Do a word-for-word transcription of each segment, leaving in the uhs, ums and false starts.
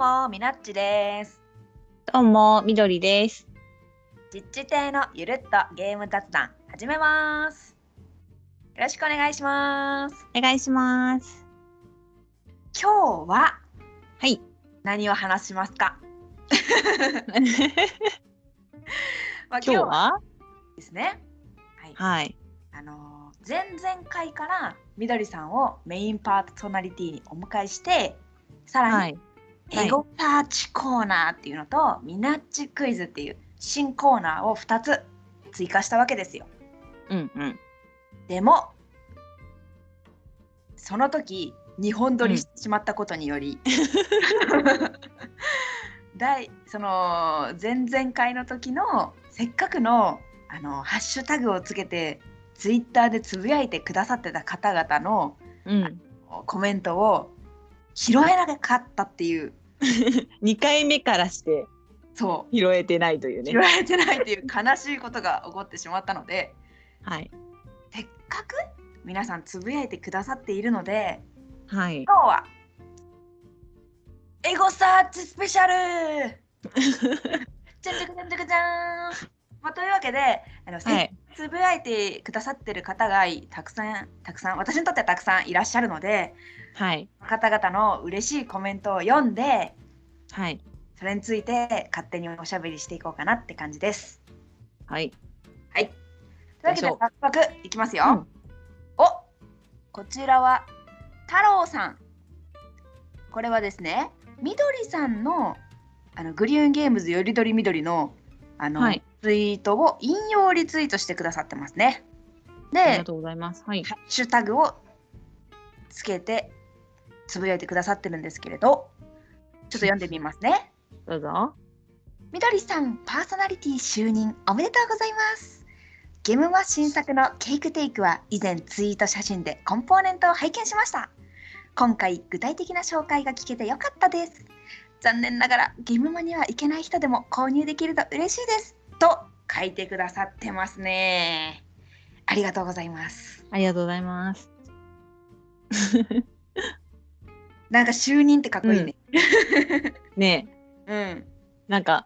もみなっちです。 どうもみどりです。 ちっち亭のゆるっとゲーム雑談始めます。よろしくお願いします。 お願いします。 今日ははい何を話しますか？まあ、 今日はですね、はい、 はい、 あのー、前々回からみどりさんをメインパーソナリティにお迎えして、さらに、 はいエゴサーチコーナーっていうのとみなっちクイズっていう新コーナーをふたつ追加したわけですよ。 うんうん。 でもその時にほん撮りしてしまったことにより、うん、第その前々回の時のせっかくのあのハッシュタグをつけてツイッターでつぶやいてくださってた方々の、 うん、 コメントを拾えなかったっていうにかいめからしてそう拾えてないというね。 拾えてないという悲しいことが起こってしまったので、 はい、 せっかく皆さんつぶやいてくださっているので、 はい、 今日はエゴサーチスペシャルじゃんじゃくじゃんじゃくじゃーん、まあ、というわけであの、はい、つぶやいてくださってる方がたくさんたくさん私にとってはたくさんいらっしゃるので、 はい、 方々の嬉しいコメントを読んで、 はい、 それについて勝手におしゃべりしていこうかなって感じです。 はい、 はい、というわけで早速いきますよ、うん、おこちらは太郎さん。これはですね、みどりさんのあのグリーンゲームズよりどりみどりのあの、はい、ツイートを引用リツイートしてくださってますね。で、 ありがとうございます。はい、 ハッシュタグをつけてつぶやいてくださってるんですけれど、ちょっと読んでみますね。 どうぞ。 みどりさん、パーソナリティ就任おめでとうございます。ゲームは新作のケイクテイクは以前ツイート写真でコンポーネントを拝見しました。今回具体的な紹介が聞けてよかったです。残念ながらゲームマには行けない人でも購入できると嬉しいですと書いてくださってますね。ありがとうございます。 ありがとうございます。 なんか就任ってかっこいいね。 うん、ねえ、うん、なんか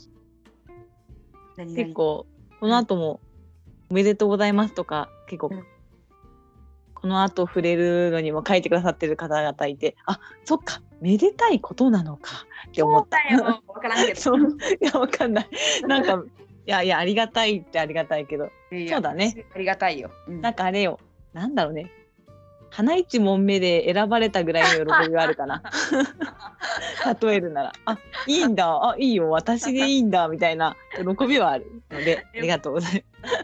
何々結構この後もおめでとうございますとか、うん、結構、うん、この後触れるのにも書いてくださってる方々いて、あ、そっか、めでたいことなのかって思った。 そうだよ、分からんけど。 そう、いや、分かんない。なんか、いやいや、ありがたいってありがたいけど、いやそうだね。 ありがたいよ。 うん、なんかあれよ、なんだろうね。花一問目で選ばれたぐらいの喜びがあるかな。例えるなら、あ、いいんだ、あ、いいよ、私でいいんだみたいな喜びはあるので、ありがとうござい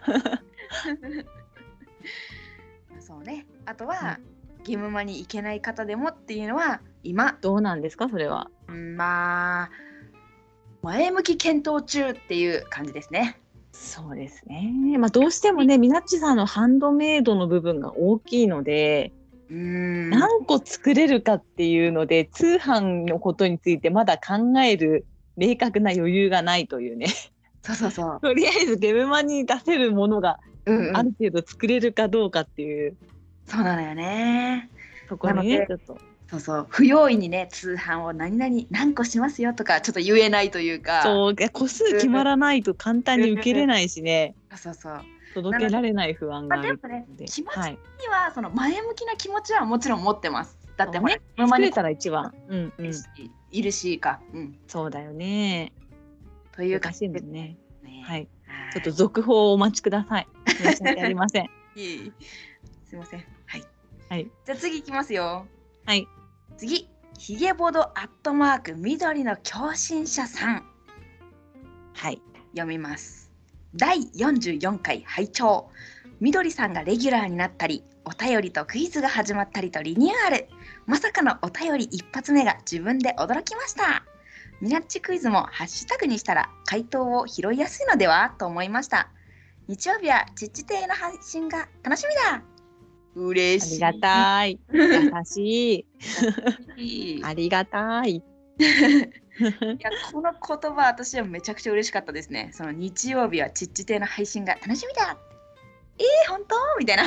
ます。そうね。あとは、うん、ゲームマに行けない方でもっていうのは今どうなんですか、それは。 うん、まあ前向き検討中っていう感じですね。 そうですね。まあ、どうしてもね、みなっちさんのハンドメイドの部分が大きいので、うーん何個作れるかっていうので、通販のことについてまだ考える明確な余裕がないというね。 そうそうそう。 とりあえずゲームマに出せるものがある程度作れるかどうかっていう。うんうん、 そうなのよね。 そこにね、ちょっと。 そうそう不用意にね通販を何々何個しますよとかちょっと言えないというか、 そう個数決まらないと簡単に受けれないしね、 そうそう届けられない不安があるので、 まあ、でもね、気持ちにはその前向きな気持ちはもちろん持ってます。だってほら、 ね、作れたら一番、うんうん、 いるしか、うん、 そうだよね。 というか難しいもんね。ね、はい、ちょっと続報をお待ちください。申し訳ありません。 いえいえ、すいません。はい。 はい。 じゃあ次いきますよ。 はい。 次、ひげぼどアットマーク緑の共振者さん。 はい。 読みます。だいよんじゅうよんかい拝聴。みどりさんがレギュラーになったり、お便りとクイズが始まったりとリニューアル。まさかのお便り一発目が自分で驚きました。みなっちクイズもハッシュタグにしたら回答を拾いやすいのではと思いました。日曜日はちっち亭の配信が楽しみだ。嬉しい。 ありがたい。優しい。ありがたい。いやこの言葉私はめちゃくちゃ嬉しかったですね。その日曜日はちっち亭の配信が楽しみだ。えー、本当みたいな。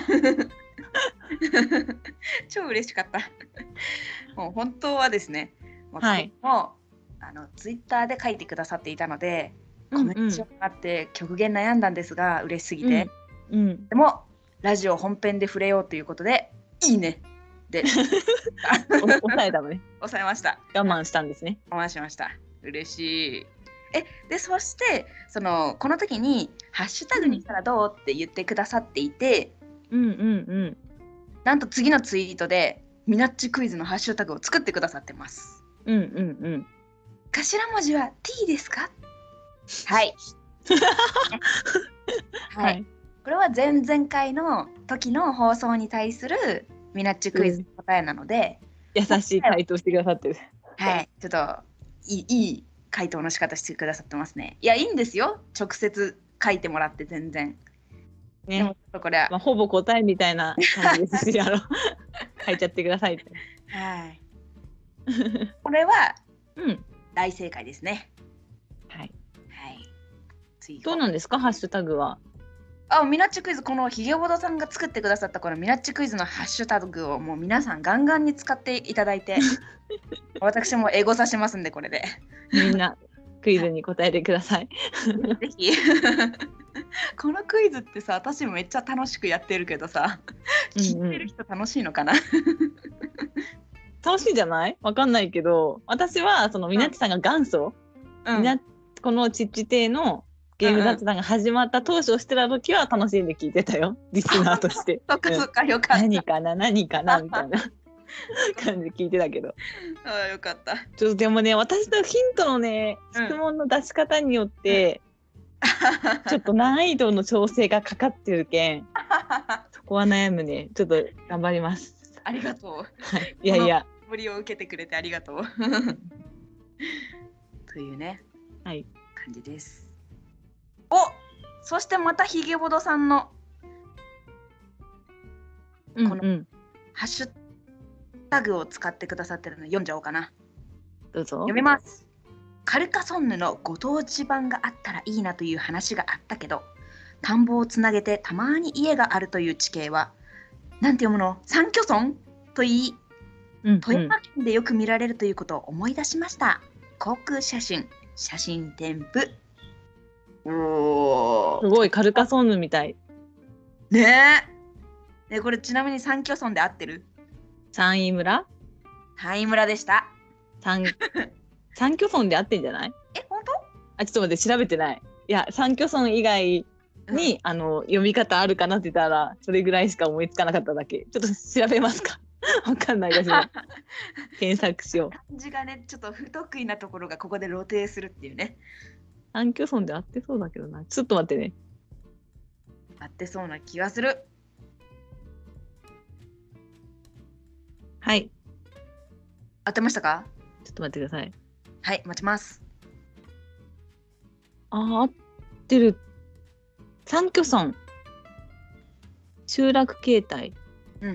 超嬉しかった。もう本当はですね、まあ、はい、もうあのツイッターで書いてくださっていたので、コメントがあって極限悩んだんですが嬉しすぎて、 うんうん、 でもラジオ本編で触れようということでいいねで抑えたのね。 抑えました。 我慢したんですね。 我慢しました。嬉しい。えでそしてそのこの時にハッシュタグにしたらどうって言ってくださっていて、 うんうんうん、 なんと次のツイートでミナッチクイズのハッシュタグを作ってくださってます。 うんうんうん。 頭文字は T ですか？はい。はい。これは前々回の時の放送に対するミナッチクイズの答えなので、 うん、優しい回答してくださってる。 はい、ちょっといい、いい回答の仕方してくださってますね。いや、いいんですよ。直接書いてもらって全然。 ね、 でもちょっとこれは、 まあ、ほぼ答えみたいな感じですし、あの書いちゃってくださいって。 はい。これは、 うん、 大正解ですね。 はい。 はい。次どうなんですか、ハッシュタグは。 あ、ミナッチクイズ、このひげぼどさんが作ってくださったこのミナッチクイズのハッシュタグをもう皆さんガンガンに使っていただいて私もエゴサしますんで、これでみんなクイズに答えてくださいぜひこのクイズってさ、私めっちゃ楽しくやってるけどさ、聞いてる人楽しいのかな、うんうん、 楽しいじゃない？わかんないけど、私はそのミナッチさんが元祖、うん、みなこのチッチ亭のゲーム雑談が始まった当初をしてた時は楽しんで聞いてたよ、リスナーとして。 そっかそっか、よかった。 何かな何かなみたいな感じで聞いてたけど。 ああ、よかった。 ちょっとでもね、私のヒントのね、質問の出し方によって、うん、ちょっと難易度の調整がかかってるけん、そこは悩むね。ちょっと頑張ります。 ありがとう。 はい、いやいや。 無理を受けてくれてありがとう。というね、 はい、 感じです。お、そしてまたひげぼどさんのこのハッシュタグを使ってくださってるの読んじゃおうかな。 どうぞ。 読みます。カルカソンヌのご当地版があったらいいなという話があったけど、田んぼをつなげてたまに家があるという地形はなんて読むの？三居村と言い、うんうん、富山県でよく見られるということを思い出しました。航空写真、写真添付。おー、 すごいカルカソンヌみたいねえ。でこれちなみに三居村で合ってる？ 山陰村？ 山陰村でした。 三三居村で合ってんじゃない？ え、本当？ あ、ちょっと待って、調べてない。いや、三居村以外に、うん、あの読み方あるかなって言ったらそれぐらいしか思いつかなかっただけ。ちょっと調べますか？わかんないですね。検索しよう。 漢字がね、ちょっと不得意なところがここで露呈するっていうね。 三居村で合ってそうだけどな。ちょっと待ってね。 合ってそうな気がする。 はい。 合ってましたか？ ちょっと待ってください。 はい、待ちます。 あ、合ってる。三居村。集落形態。 うん。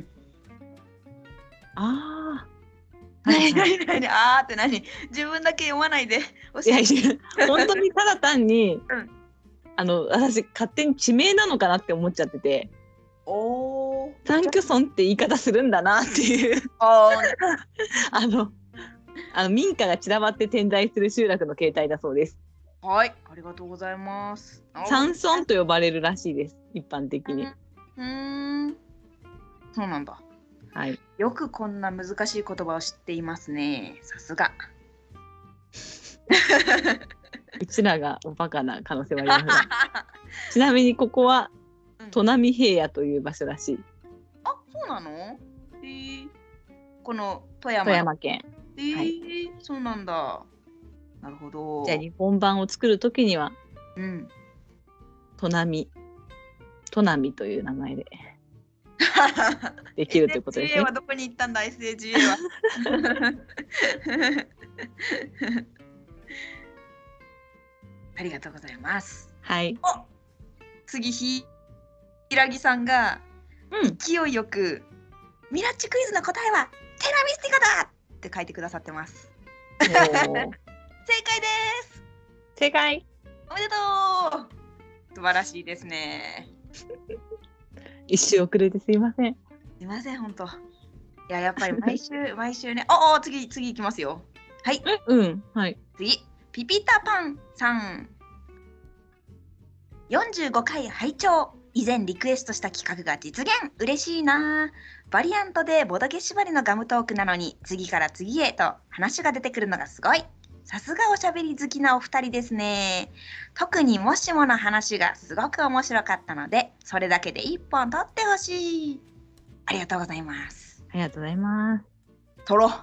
ああ。 何何何あーって何？自分だけ読まないで。 いやいや、本当にただ単に、うん、あの私勝手に地名なのかなって思っちゃってて。 おー。 三居村って言い方するんだなっていうああのあの民家が散らばって点在する集落の形態だそうです。 はい、ありがとうございます。 山村と呼ばれるらしいです、一般的に。 うん、んそうなんだ。 はい。 よくこんな難しい言葉を知っていますね。さすが。 うちらがおバカな可能性はありますがちなみにここは砺波平野という場所らしい。 あ、そうなの？へー、この富山。 富山県。 えーはい、そうなんだ。なるほど。 じゃあ日本版を作るときには、 うん、 砺波砺波という名前でできるということですね。 エスエイチジーエー はどこに行ったんだ エスエイチジーエー は。ありがとうございます。 はい。 お、次ひ平木さんが、うん、勢いよくミラッチクイズの答えはテラミスティカだって書いてくださってます。正解です。 正解。 おめでとう。素晴らしいですね。 一周遅れてすいません。 すいません本当。いややっぱり毎週毎週ね。おお、次次いきますよ。 はい。 え、うん。はい。 次、ピピタパンさん。よんじゅうごかい拝聴。以前リクエストした企画が実現。嬉しいな。バリアントでボドゲ縛りのガムトークなのに、次から次へと話が出てくるのがすごい。さすがおしゃべり好きなお二人ですね。特にもしもの話がすごく面白かったので、それだけで一本取ってほしい。ありがとうございます。 ありがとうございます。 取ろう。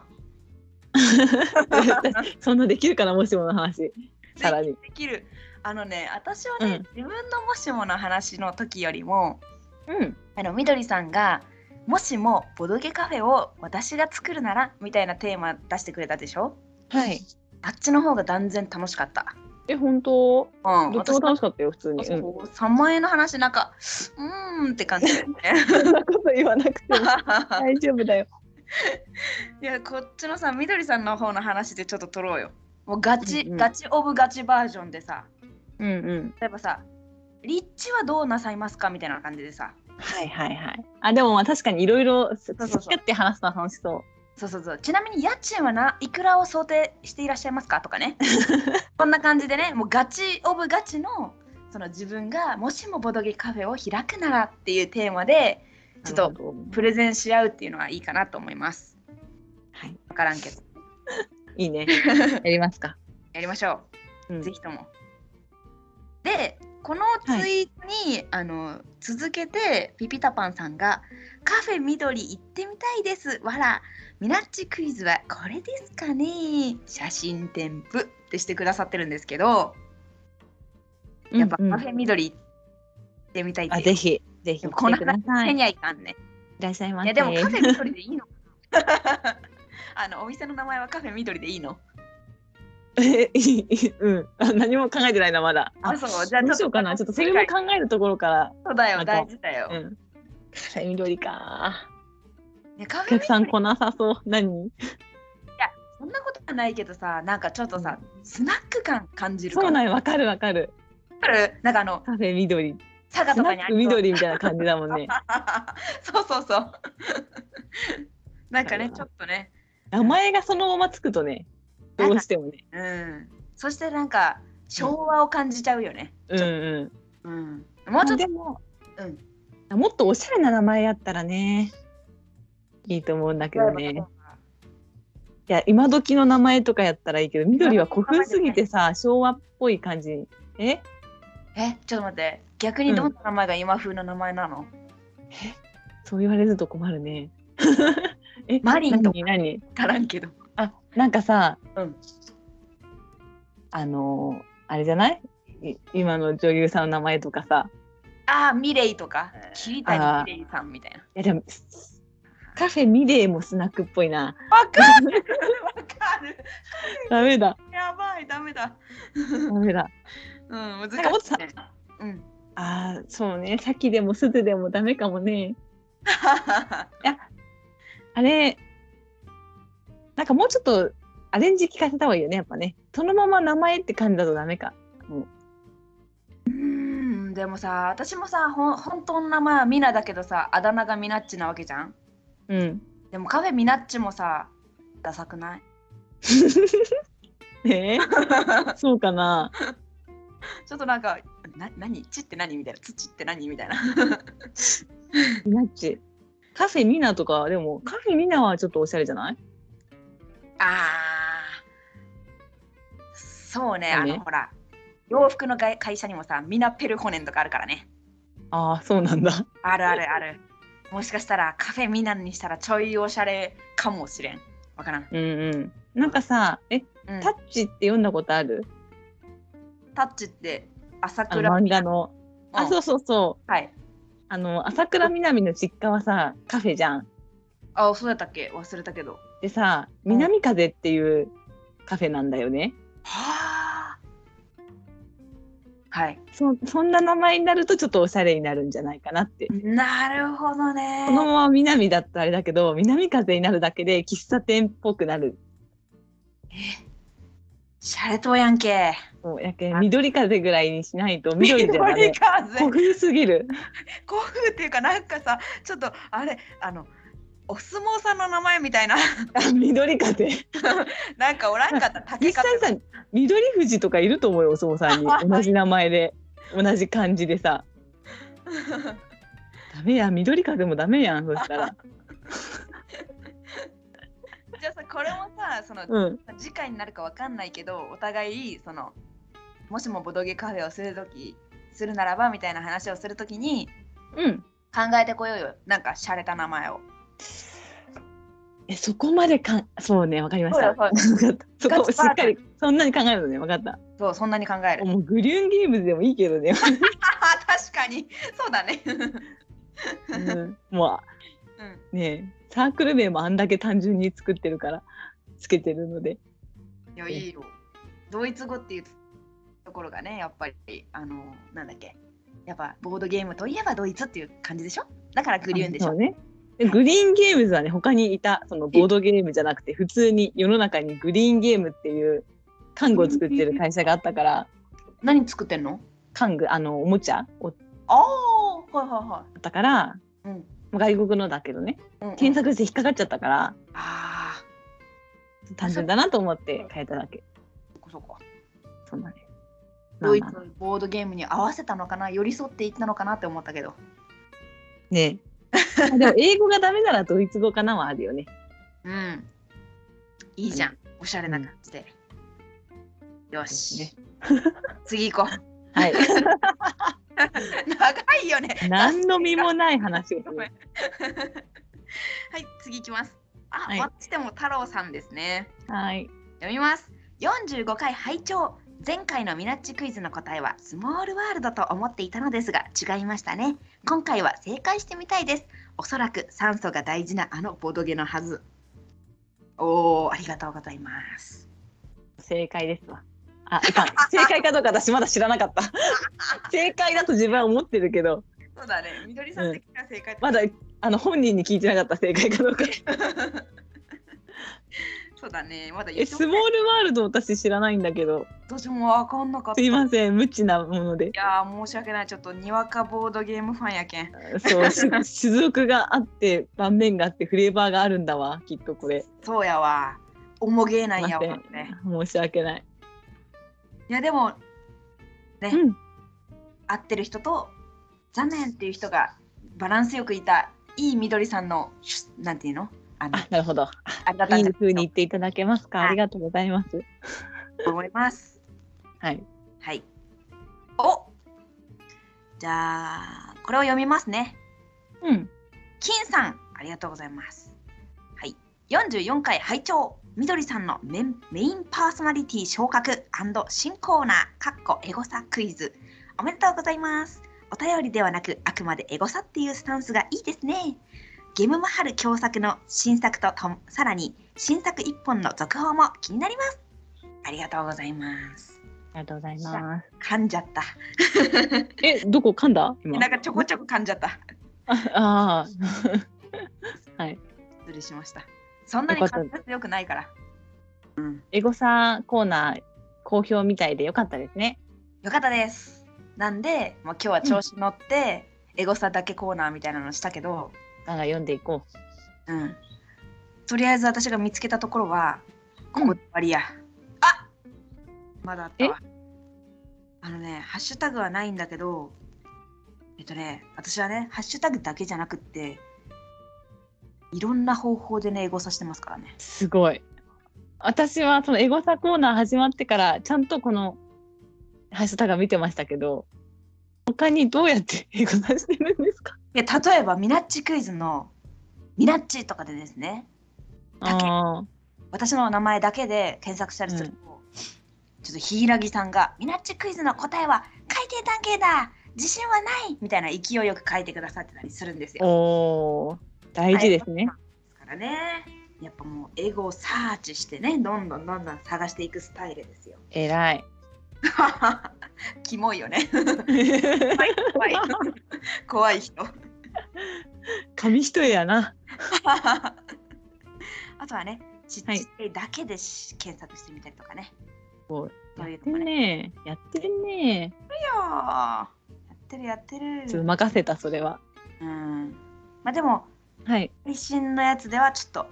そんなできるかな、もしもの話。さらに。 できる。あのね、私はね、うん、自分のもしもの話の時よりも、うん、あのみどりさんがもしもボドゲカフェを私が作るならみたいなテーマ出してくれたでしょ。 はい。 あっちの方が断然楽しかった。 え、本当？うん。どっちも楽しかったよ、普通に。 うん、さんまんえんの話なんかうーんって感じだよね。 そんなこと言わなくても大丈夫だよ。 いや、こっちのさ、みどりさんの方の話でちょっと取ろうよ。もうガチ、うんうん、ガチオブガチバージョンでさ、 うんうん、 例えばさ、立地はどうなさいますかみたいな感じでさ。 はいはいはい。あ、でもまあ確かにいろいろ好きって話すのは楽しそう。 そうそうそう。ちなみに家賃はないくらを想定していらっしゃいますかとかね。こんな感じでね、もうガチオブガチのその自分がもしもボドゲカフェを開くならっていうテーマでちょっとプレゼンし合うっていうのはいいかなと思います。 はい。 わからんけど。 いいね。やりますか。 やりましょう。うん、ぜひとも。で、このツイートに、はい、あの続けてピピタパンさんがカフェ緑行ってみたいですわらミナッチクイズはこれですかね写真添付ってしてくださってるんですけど、やっぱカフェ緑行ってみたいって、 うんうん、あ、ぜひぜひこんな話にはいかんね。 いらっしゃいませ。 いやでもカフェ緑でいいのあのお店の名前はカフェ緑でいいの？ え、うん、あ、何も考えてないなまだ。 あ、そう、じゃあどうしようかな。ちょっとそれも考えるところから。 そうだよ、大事だよ。 うん、カフェ緑か。 ね、カフェお客さん来なさそう。何？いや、そんなことはないけどさ、なんかちょっとさ、スナック感感じるかも。そうなんよ、わかるわかる。 わかる？なんかあのカフェ緑。 佐賀とかにありそう。 緑みたいな感じだもんね。 そうそうそう。なんかね、ちょっとね。 名前がそのままつくとね。どうしてもね。 うん。そしてなんか昭和を感じちゃうよね。 うんうん。 うん。もうちょっとでも、うん。もっとおしゃれな名前やったらね、いいと思うんだけどね。いや、今時の名前とかやったらいいけど、緑は古風すぎてさ、昭和っぽい感じ。え？ え、ちょっと待って。逆にどんな名前が今風の名前なの？うん、 え、そう言われると困るね。 え、マリンとか何？ からんけど。 あ、なんかさ、 うん、 あのー、あれじゃない？今の女優さんの名前とかさ。 ああ、ミレイとか、桐谷ミレイさんみたいな。いやでもカフェミレイもスナックっぽいな。 わかるわかる。 ダメだ。 やばい、ダメだ。 ダメだ。 うん、難しい、ね。うん。 ああ、そうね。さっきでもすずでもダメかもね。いや、あれ、なんかもうちょっとアレンジ聞かせた方がいいよね、やっぱね。そのまま名前って感じだとダメか。 もう。うーん、でもさ、私もさ、ほ本当の名前はミナだけどさ、あだ名がミナッチなわけじゃん。 うん。 でもカフェミナッチもさ、ダサくない？ えー、そうかな。 ちょっとなんか、な、何？チって何みたいな、土って何みたいな。 ミナッチ。カフェミナとか、でもカフェミナはちょっとおしゃれじゃない？ あー、そうね、あのほら、洋服の会社にもさ、ミナペルホネンとかあるからね。 ああ、そうなんだ。 あるあるある。もしかしたらカフェミナにしたらちょいおしゃれかもしれん。わからん。 うんうん。なんかさ、え、うん、タッチって読んだことある？ タッチって朝倉漫画の。あ、そうそうそう。 はい。 あの朝倉みなみの実家はさ、カフェじゃん。 あ、そうだったっけ？忘れたけど。 でさ、南風っていうカフェなんだよね。 はあ。はい。 そ, そんな名前になるとちょっとおしゃれになるんじゃないかなって。 なるほどね。 このまま南だったらあれだけど、南風になるだけで喫茶店っぽくなる。 え、シャレとやんけ。 そうやけ緑風ぐらいにしないと緑じゃダメ。古風すぎる。 古風っていうかなんかさ、ちょっとあれあのお相撲さんの名前みたいな。 あ、緑風。 なんかおらんかった竹実際さ、緑富士とかいると思うよ、お相撲さんに。同じ名前で、同じ漢字でさ。ダメや、緑風もダメやん、そしたら。 じゃあさ、これもさ、その、 うん、 次回になるかわかんないけど、お互いそのもしもボドゲカフェをするときするならばみたいな話をするときに、 うん、 考えてこようよ。なんか洒落た名前を。 え、そこまでかん、そうね、わかりました。そこしっかり、そんなに考えるのね、わかった。 そう、そんなに考える。 もうグリューンゲームズでもいいけどね。 確かに、そうだね。 うん、もう、うん、ねえ、サークル名もあんだけ単純に作ってるから、つけてるので。 いや、いいよ。ドイツ語っていうところがね、やっぱり、あの、なんだっけ。やっぱボードゲームといえばドイツっていう感じでしょ。だからグリューンでしょ。 そうね。グリーンゲームズはね、他にいた、そのボードゲームじゃなくて、普通に世の中にグリーンゲームっていう玩具を作ってる会社があったから。 何作ってんの？ 玩具、あの、おもちゃを。 ああ、はいはいはい。 だから、うん、外国のだけどね、うんうん、検索して引っかかっちゃったから、あ単純だなと思って変えただけ。 そこそこ。 そうなんです。 ドイツのボードゲームに合わせたのかな、寄り添っていったのかなって思ったけど。 ねえ。でも英語がダメならドイツ語かなはあるよね。 うん。いいじゃん。おしゃれな感じで。うん、よし。ね、次行こう。 はい。 長いよね。 何の身もない話をする。はい、 次行きます。あ、 はい、 私でも太郎さんですね。 はい。 読みます。よんじゅうごかい拝聴。前回のミナッチクイズの答えはスモールワールドと思っていたのですが違いましたね。今回は正解してみたいです。おそらく酸素が大事なあのボドゲのはず。おー、ありがとうございます。 正解ですわ。あ、いかん。正解かどうか私まだ知らなかった。正解だと自分は思ってるけど。 そうだね。みどりさん的には正解、うん、 まだあの本人に聞いてなかった正解かどうか。 そうだね。まだえ、スモールワールド私知らないんだけど。 私もわかんなかった。 すいません、無知なもので。いやー、申し訳ない。ちょっとにわかボードゲームファンやけん。 そう、種族があって盤面があってフレーバーがあるんだわ、きっとこれ。 そうやわ。重げなんやわね。 申し訳ない。 いやでもね、うん、合ってる人と残念っていう人がバランスよくいたいいみどりさんのなんていうの、 あのあ、なるほど。ありがたい。いい風に言っていただけますか。ありがとうございます。 思います。 はいはい。お、じゃあこれを読みますね。 うん。 金さん、ありがとうございます。はい。よんじゅうよんかい拝聴。みどりさんのメインパーソナリティ昇格&新コーナーかっこエゴサクイズおめでとうございます。お便りではなくあくまでエゴサっていうスタンスがいいですね。ゲムマハル共作の新作ととさらに新作いっぽんの続報も気になります。ありがとうございます。 ありがとうございます。 噛んじゃった。 え、どこ噛んだ？今なんかちょこちょこ噛んじゃった。 ああはい。 失礼しました。そんなに滑舌良くないから。 うん、エゴサコーナー好評みたいでよかったですね。 よかったです。なんで、もう今日は調子乗って、うん、エゴサだけコーナーみたいなのしたけど、 なんか読んでいこう。うん。とりあえず私が見つけたところはここで終わりや。うん、あ、まだあったわ。あのね、ハッシュタグはないんだけど、えっとね、私はね、ハッシュタグだけじゃなくって。いろんな方法でね、エゴサしてますからね。 すごい。私はそのエゴサコーナー始まってからちゃんとこのハッシュタグ見てましたけど、他にどうやってエゴサしてるんですか？ いや、例えばミナッチクイズのミナッチとかでですね、だけ私の名前だけで検索したりすると、うん、ちょっと柊さんがミナッチクイズの答えは海底探検だ、自信はないみたいな勢いよく書いてくださってたりするんですよ。 おー、大事ですね。 ですからね、やっぱもうエゴをサーチしてね、どんどんどんどん探していくスタイルですよ。 えらい。 キモいよね。怖い怖い怖い人。 紙一重やな。 あとはね、ちっちゃいだけで検索してみたりとかね。 そうやってるね。やってるね。 やってるやってる。 ちょっと任せたそれは。 うん。まあでもはい。 配信のやつではちょっと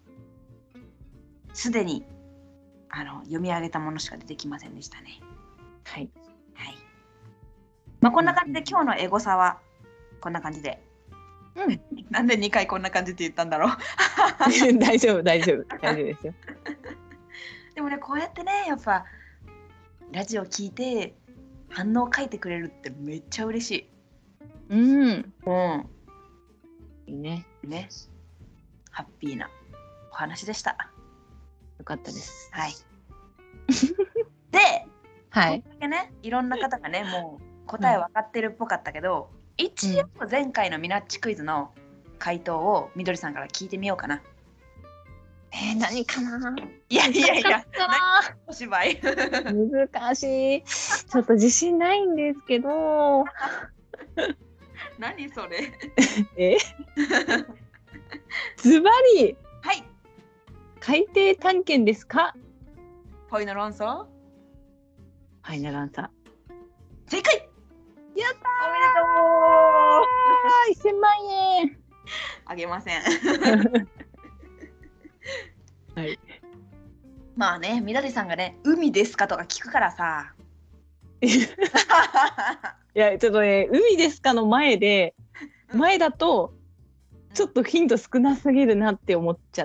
すでにあの読み上げたものしか出てきませんでしたね。 はい。 はい。まあこんな感じで今日のエゴサはこんな感じで。 うん。 なんでにかいこんな感じって言ったんだろう。 大丈夫大丈夫大丈夫ですよ。 でもねこうやってねやっぱラジオ聞いて反応書いてくれるってめっちゃ嬉しい。 うん。 うん。 いいね。 ね。ハッピーなお話でした。 よかったです。 はい。で、 はい。 こんだけね、いろんな方がね、もう答え分かってるっぽかったけど、うん、一応前回のミナッチクイズの回答をみどりさんから聞いてみようかな。 えー、何かな。 いやいやいや、お芝居。 難しい。ちょっと自信ないんですけど。 何それ。 えズバリ。 はい。 海底探検ですか。 ファイナルアンサー。 ファイナルアンサー。 正解。 やったー。 いっせんまんえん。 あげません。 はい。 まあね、みどりさんがね、海ですかとか聞くからさ。 いや、ちょっとね、海ですかの前で、前だと、ちょっとヒント少なすぎるなって思っちゃって。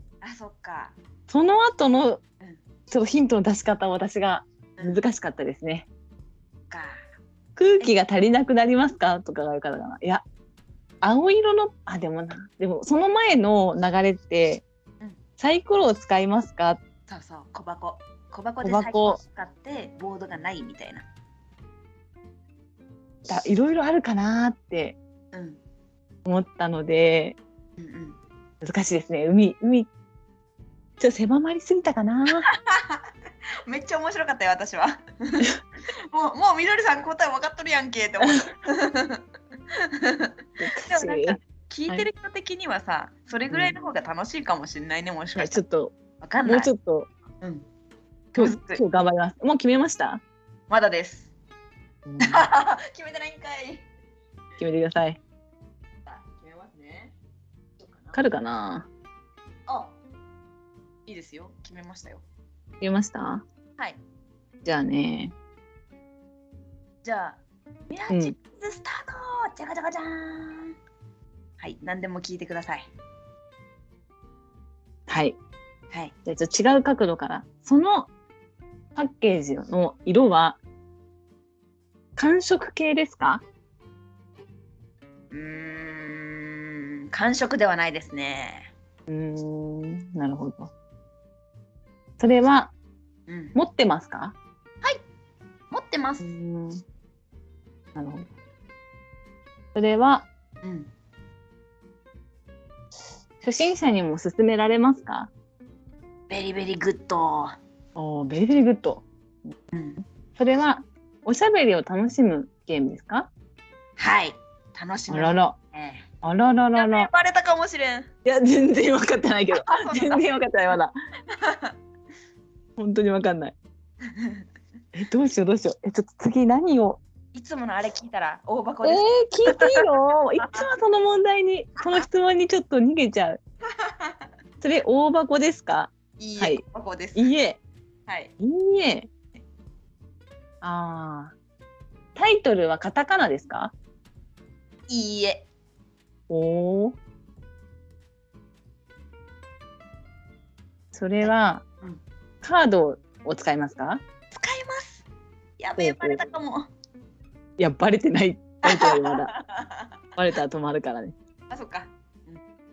あ、そっか。 その後の、ちょっとヒントの出し方は私が難しかったですね。 うん、か。 空気が足りなくなりますかとかがあるからかな。いや、青色の、あ、でもな、でもその前の流れって、うん、サイコロを使いますか。 そうそう、小箱。小箱でサイコロを使ってボードがないみたいな。 だいろいろあるかなって思ったので、うんうん、難しいですね。海、海、ちょっと狭まりすぎたかな。 めっちゃ面白かったよ、私は。もう、もうみどりさん答え分かっとるやんけって思った。でもなんか聞いてる人的にはさ、はい、それぐらいの方が楽しいかもしれないね、もしかしたら。 ちょっと分かんない。 もうちょっと、うん、今日、今日頑張ります。もう決めました？ まだです。うん、決めてないんかい。 決めてください。 決めますね。 わかるかな。 あ、いいですよ。決めましたよ。 決めました？ はい。 じゃあね。 じゃあ、ミラーチズスタート、うん、じゃがじゃがじゃーん。はい、何でも聞いてください。 はい。 はい。 じゃあちょっと違う角度から。そのパッケージの色は寒色系ですか？ うーん、寒色ではないですね。 うーん、なるほど。それは、うん、持ってますか？ はい、持ってます。 うーん、なるほど。それは、うん、初心者にも勧められますか？ ベリベリグッド。 おー、ベリベリグッド。うん。それはおしゃべりを楽しむゲームですか？ はい、楽しむ。 あらら、ええ、あらららら。 バレたかもしれん。 いや、全然分かってないけど。全然分かってないまだ。本当に分かんない。え、どうしようどうしよう。え、ちょっと次何を。 いつものあれ聞いたら大箱です。 えー、聞いていいの？いつもその問題に、その質問にちょっと逃げちゃう。それ大箱ですか？ いいえ、はい、大箱です。 いいえ。 はい。 いいえ。ああ。タイトルはカタカナですか？ いいえ。 おお。それは、うん、カードを使いますか？ 使います。やべえ、バレたかも。 いや、バレてない。バレてないまだ。バレたら止まるからね。 あ、そっか。うん、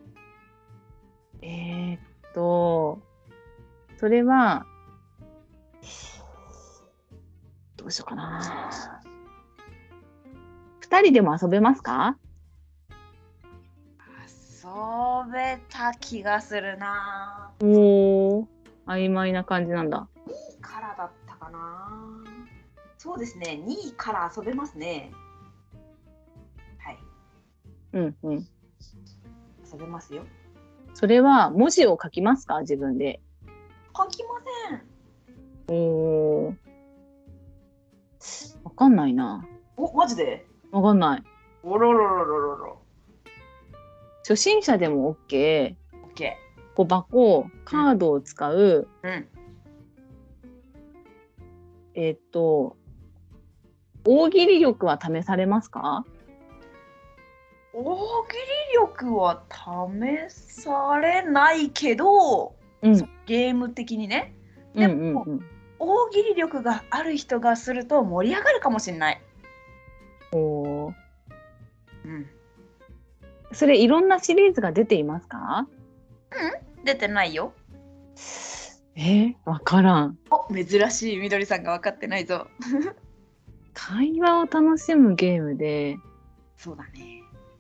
えー、っと、それは、どうしようかな。二人でも遊べますか？ 遊べた気がするな。 おー、曖昧な感じなんだ。 にいからだったかな。そうですね、にいから遊べますね。はい。 うんうん。 遊べますよ。 それは文字を書きますか？自分で。 書きません。 おー。わかんないな。 お、マジで？ わかんない。 おろろろろろろ。 初心者でも OK。 オッケこう箱、カードを使う、 ー。うん。 えっと、大喜利力は試されますか？ 大喜利力は試されないけど、 うん。 ゲーム的にね。 うんでも、 うんうん。 大喜利力がある人がすると盛り上がるかもしれない。 おー。 うん。 それいろんなシリーズが出ていますか？ 出てないよ。 えー、わからん。 お、珍しい。みどりさんが分かってないぞ。 会話を楽しむゲームで、 そうだね。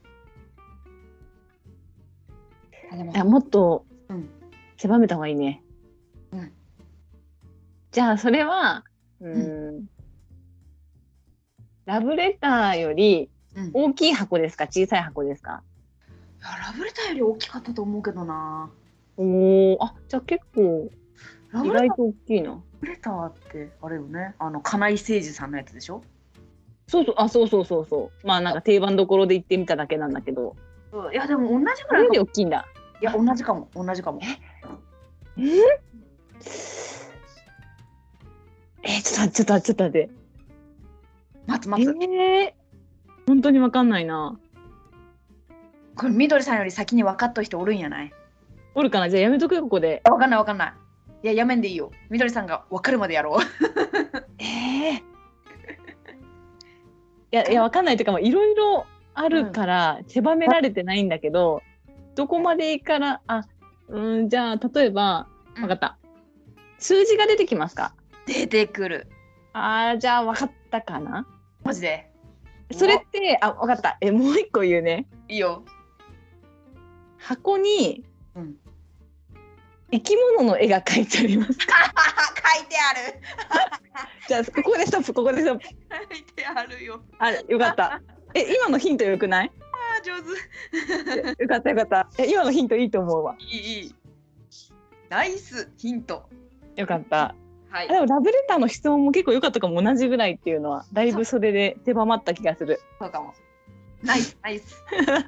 あでもいやもっとうん狭めた方がいいね。 うんじゃあそれはうーん、ラブレターよりうん、い大きい箱ですか、小さい箱ですか？ やラブレターより大きかったと思うけどな。 おお、あ、じゃあ結構意ラブレタ外と大きいな。 ーってあれよね。あの金井誠司さんのやつでしょ。 そうそう、あ、そうそうそうそう。まあなんか定番どころで行ってみただけなんだけど。 うん、いやでも同じぐこれよりらいかも。 大きいんだ。 いや同じかも同じかも。 ええ、ちょっとちょっとちょっと待って。え待つ待つ。 ー、本当にわかんないな。 これみどりさんより先に分かった人おるんやない？ おるかな、じゃあやめとくよここで。 分かんない分かんない。いややめんでいいよ。みどりさんが分かるまでやろう。 ええいやいや、わかんないというか、いろいろあるから狭められてないんだけど、どこまでいいから、あ、うん、じゃあ例えば、 うんわかった。数字が出てきますか？ 出てくる。 あー、じゃあわかったかな。 マジで。 それって、あ、わかった。え、もう一個言うね。 いいよ。 箱にうん。 生き物の絵が描いてあります。 書いてある。 じゃあここでストップ、ここでストップ。 書いてあるよ。 あ、よかった。え、今のヒントよくない？ あ上手。 よかったよかった。え、今のヒントいいと思うわ。 いいいい。ナイスヒント。 よかった。 はいあ、でもラブレターの質問も結構良かったかも。同じぐらいっていうのはだいぶそれで狭まった気がする。 そうかも。ナイスナイス。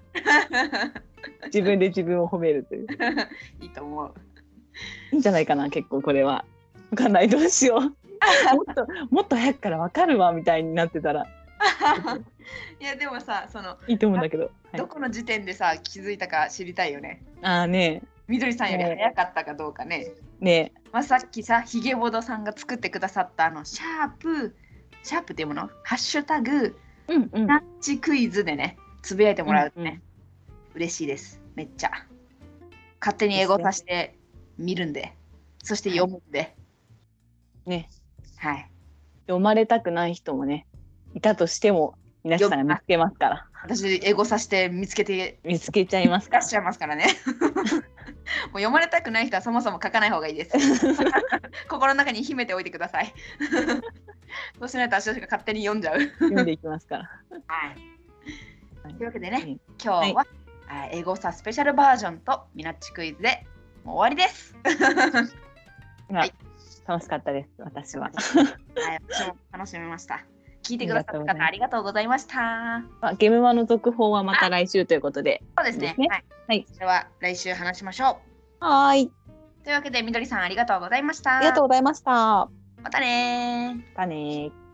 自分で自分を褒めるという。 いいと思う。 いいんじゃないかな、結構これは。わかんない、どうしよう。もっともっと早くからわかるわみたいになってたらいやでもさ、そのいいと思うんだけど。はい、 どこの時点でさ気づいたか知りたいよね。 あーねみどりさんより早かったかどうかね。 ねまあ、さっきさひげぼどさんが作ってくださったあのシャープシャープっていうものハッシュタグうんうん。 ナッチクイズでねつぶやいてもらうとね、 うんうん嬉しいです。めっちゃ勝手に英語させて見るんで、そして読むんで、 ね、 はい、 読まれたくない人もねいたとしても皆さんが見つけますから。 私英語させて見つけて見つけちゃいますから出しちゃいますからね。もう読まれたくない人はそもそも書かない方がいいです。心の中に秘めておいてください。そうしないと私が勝手に読んじゃう。 読んでいきますから。 はい、というわけでね、 うん、 今日は、はい、英語さスペシャルバージョンとミナッチクイズでもう終わりです。 はい、楽しかったです、私は。 はい、私も楽しみました。聞いてくださった方ありがとうございました。 あ、ゲームマの続報はまた来週ということで。 そうですね。 ですね。 はい。 はい。 それは来週話しましょう。はーい。 というわけでみどりさんありがとうございました。 ありがとうございました。 またねー。 またねー。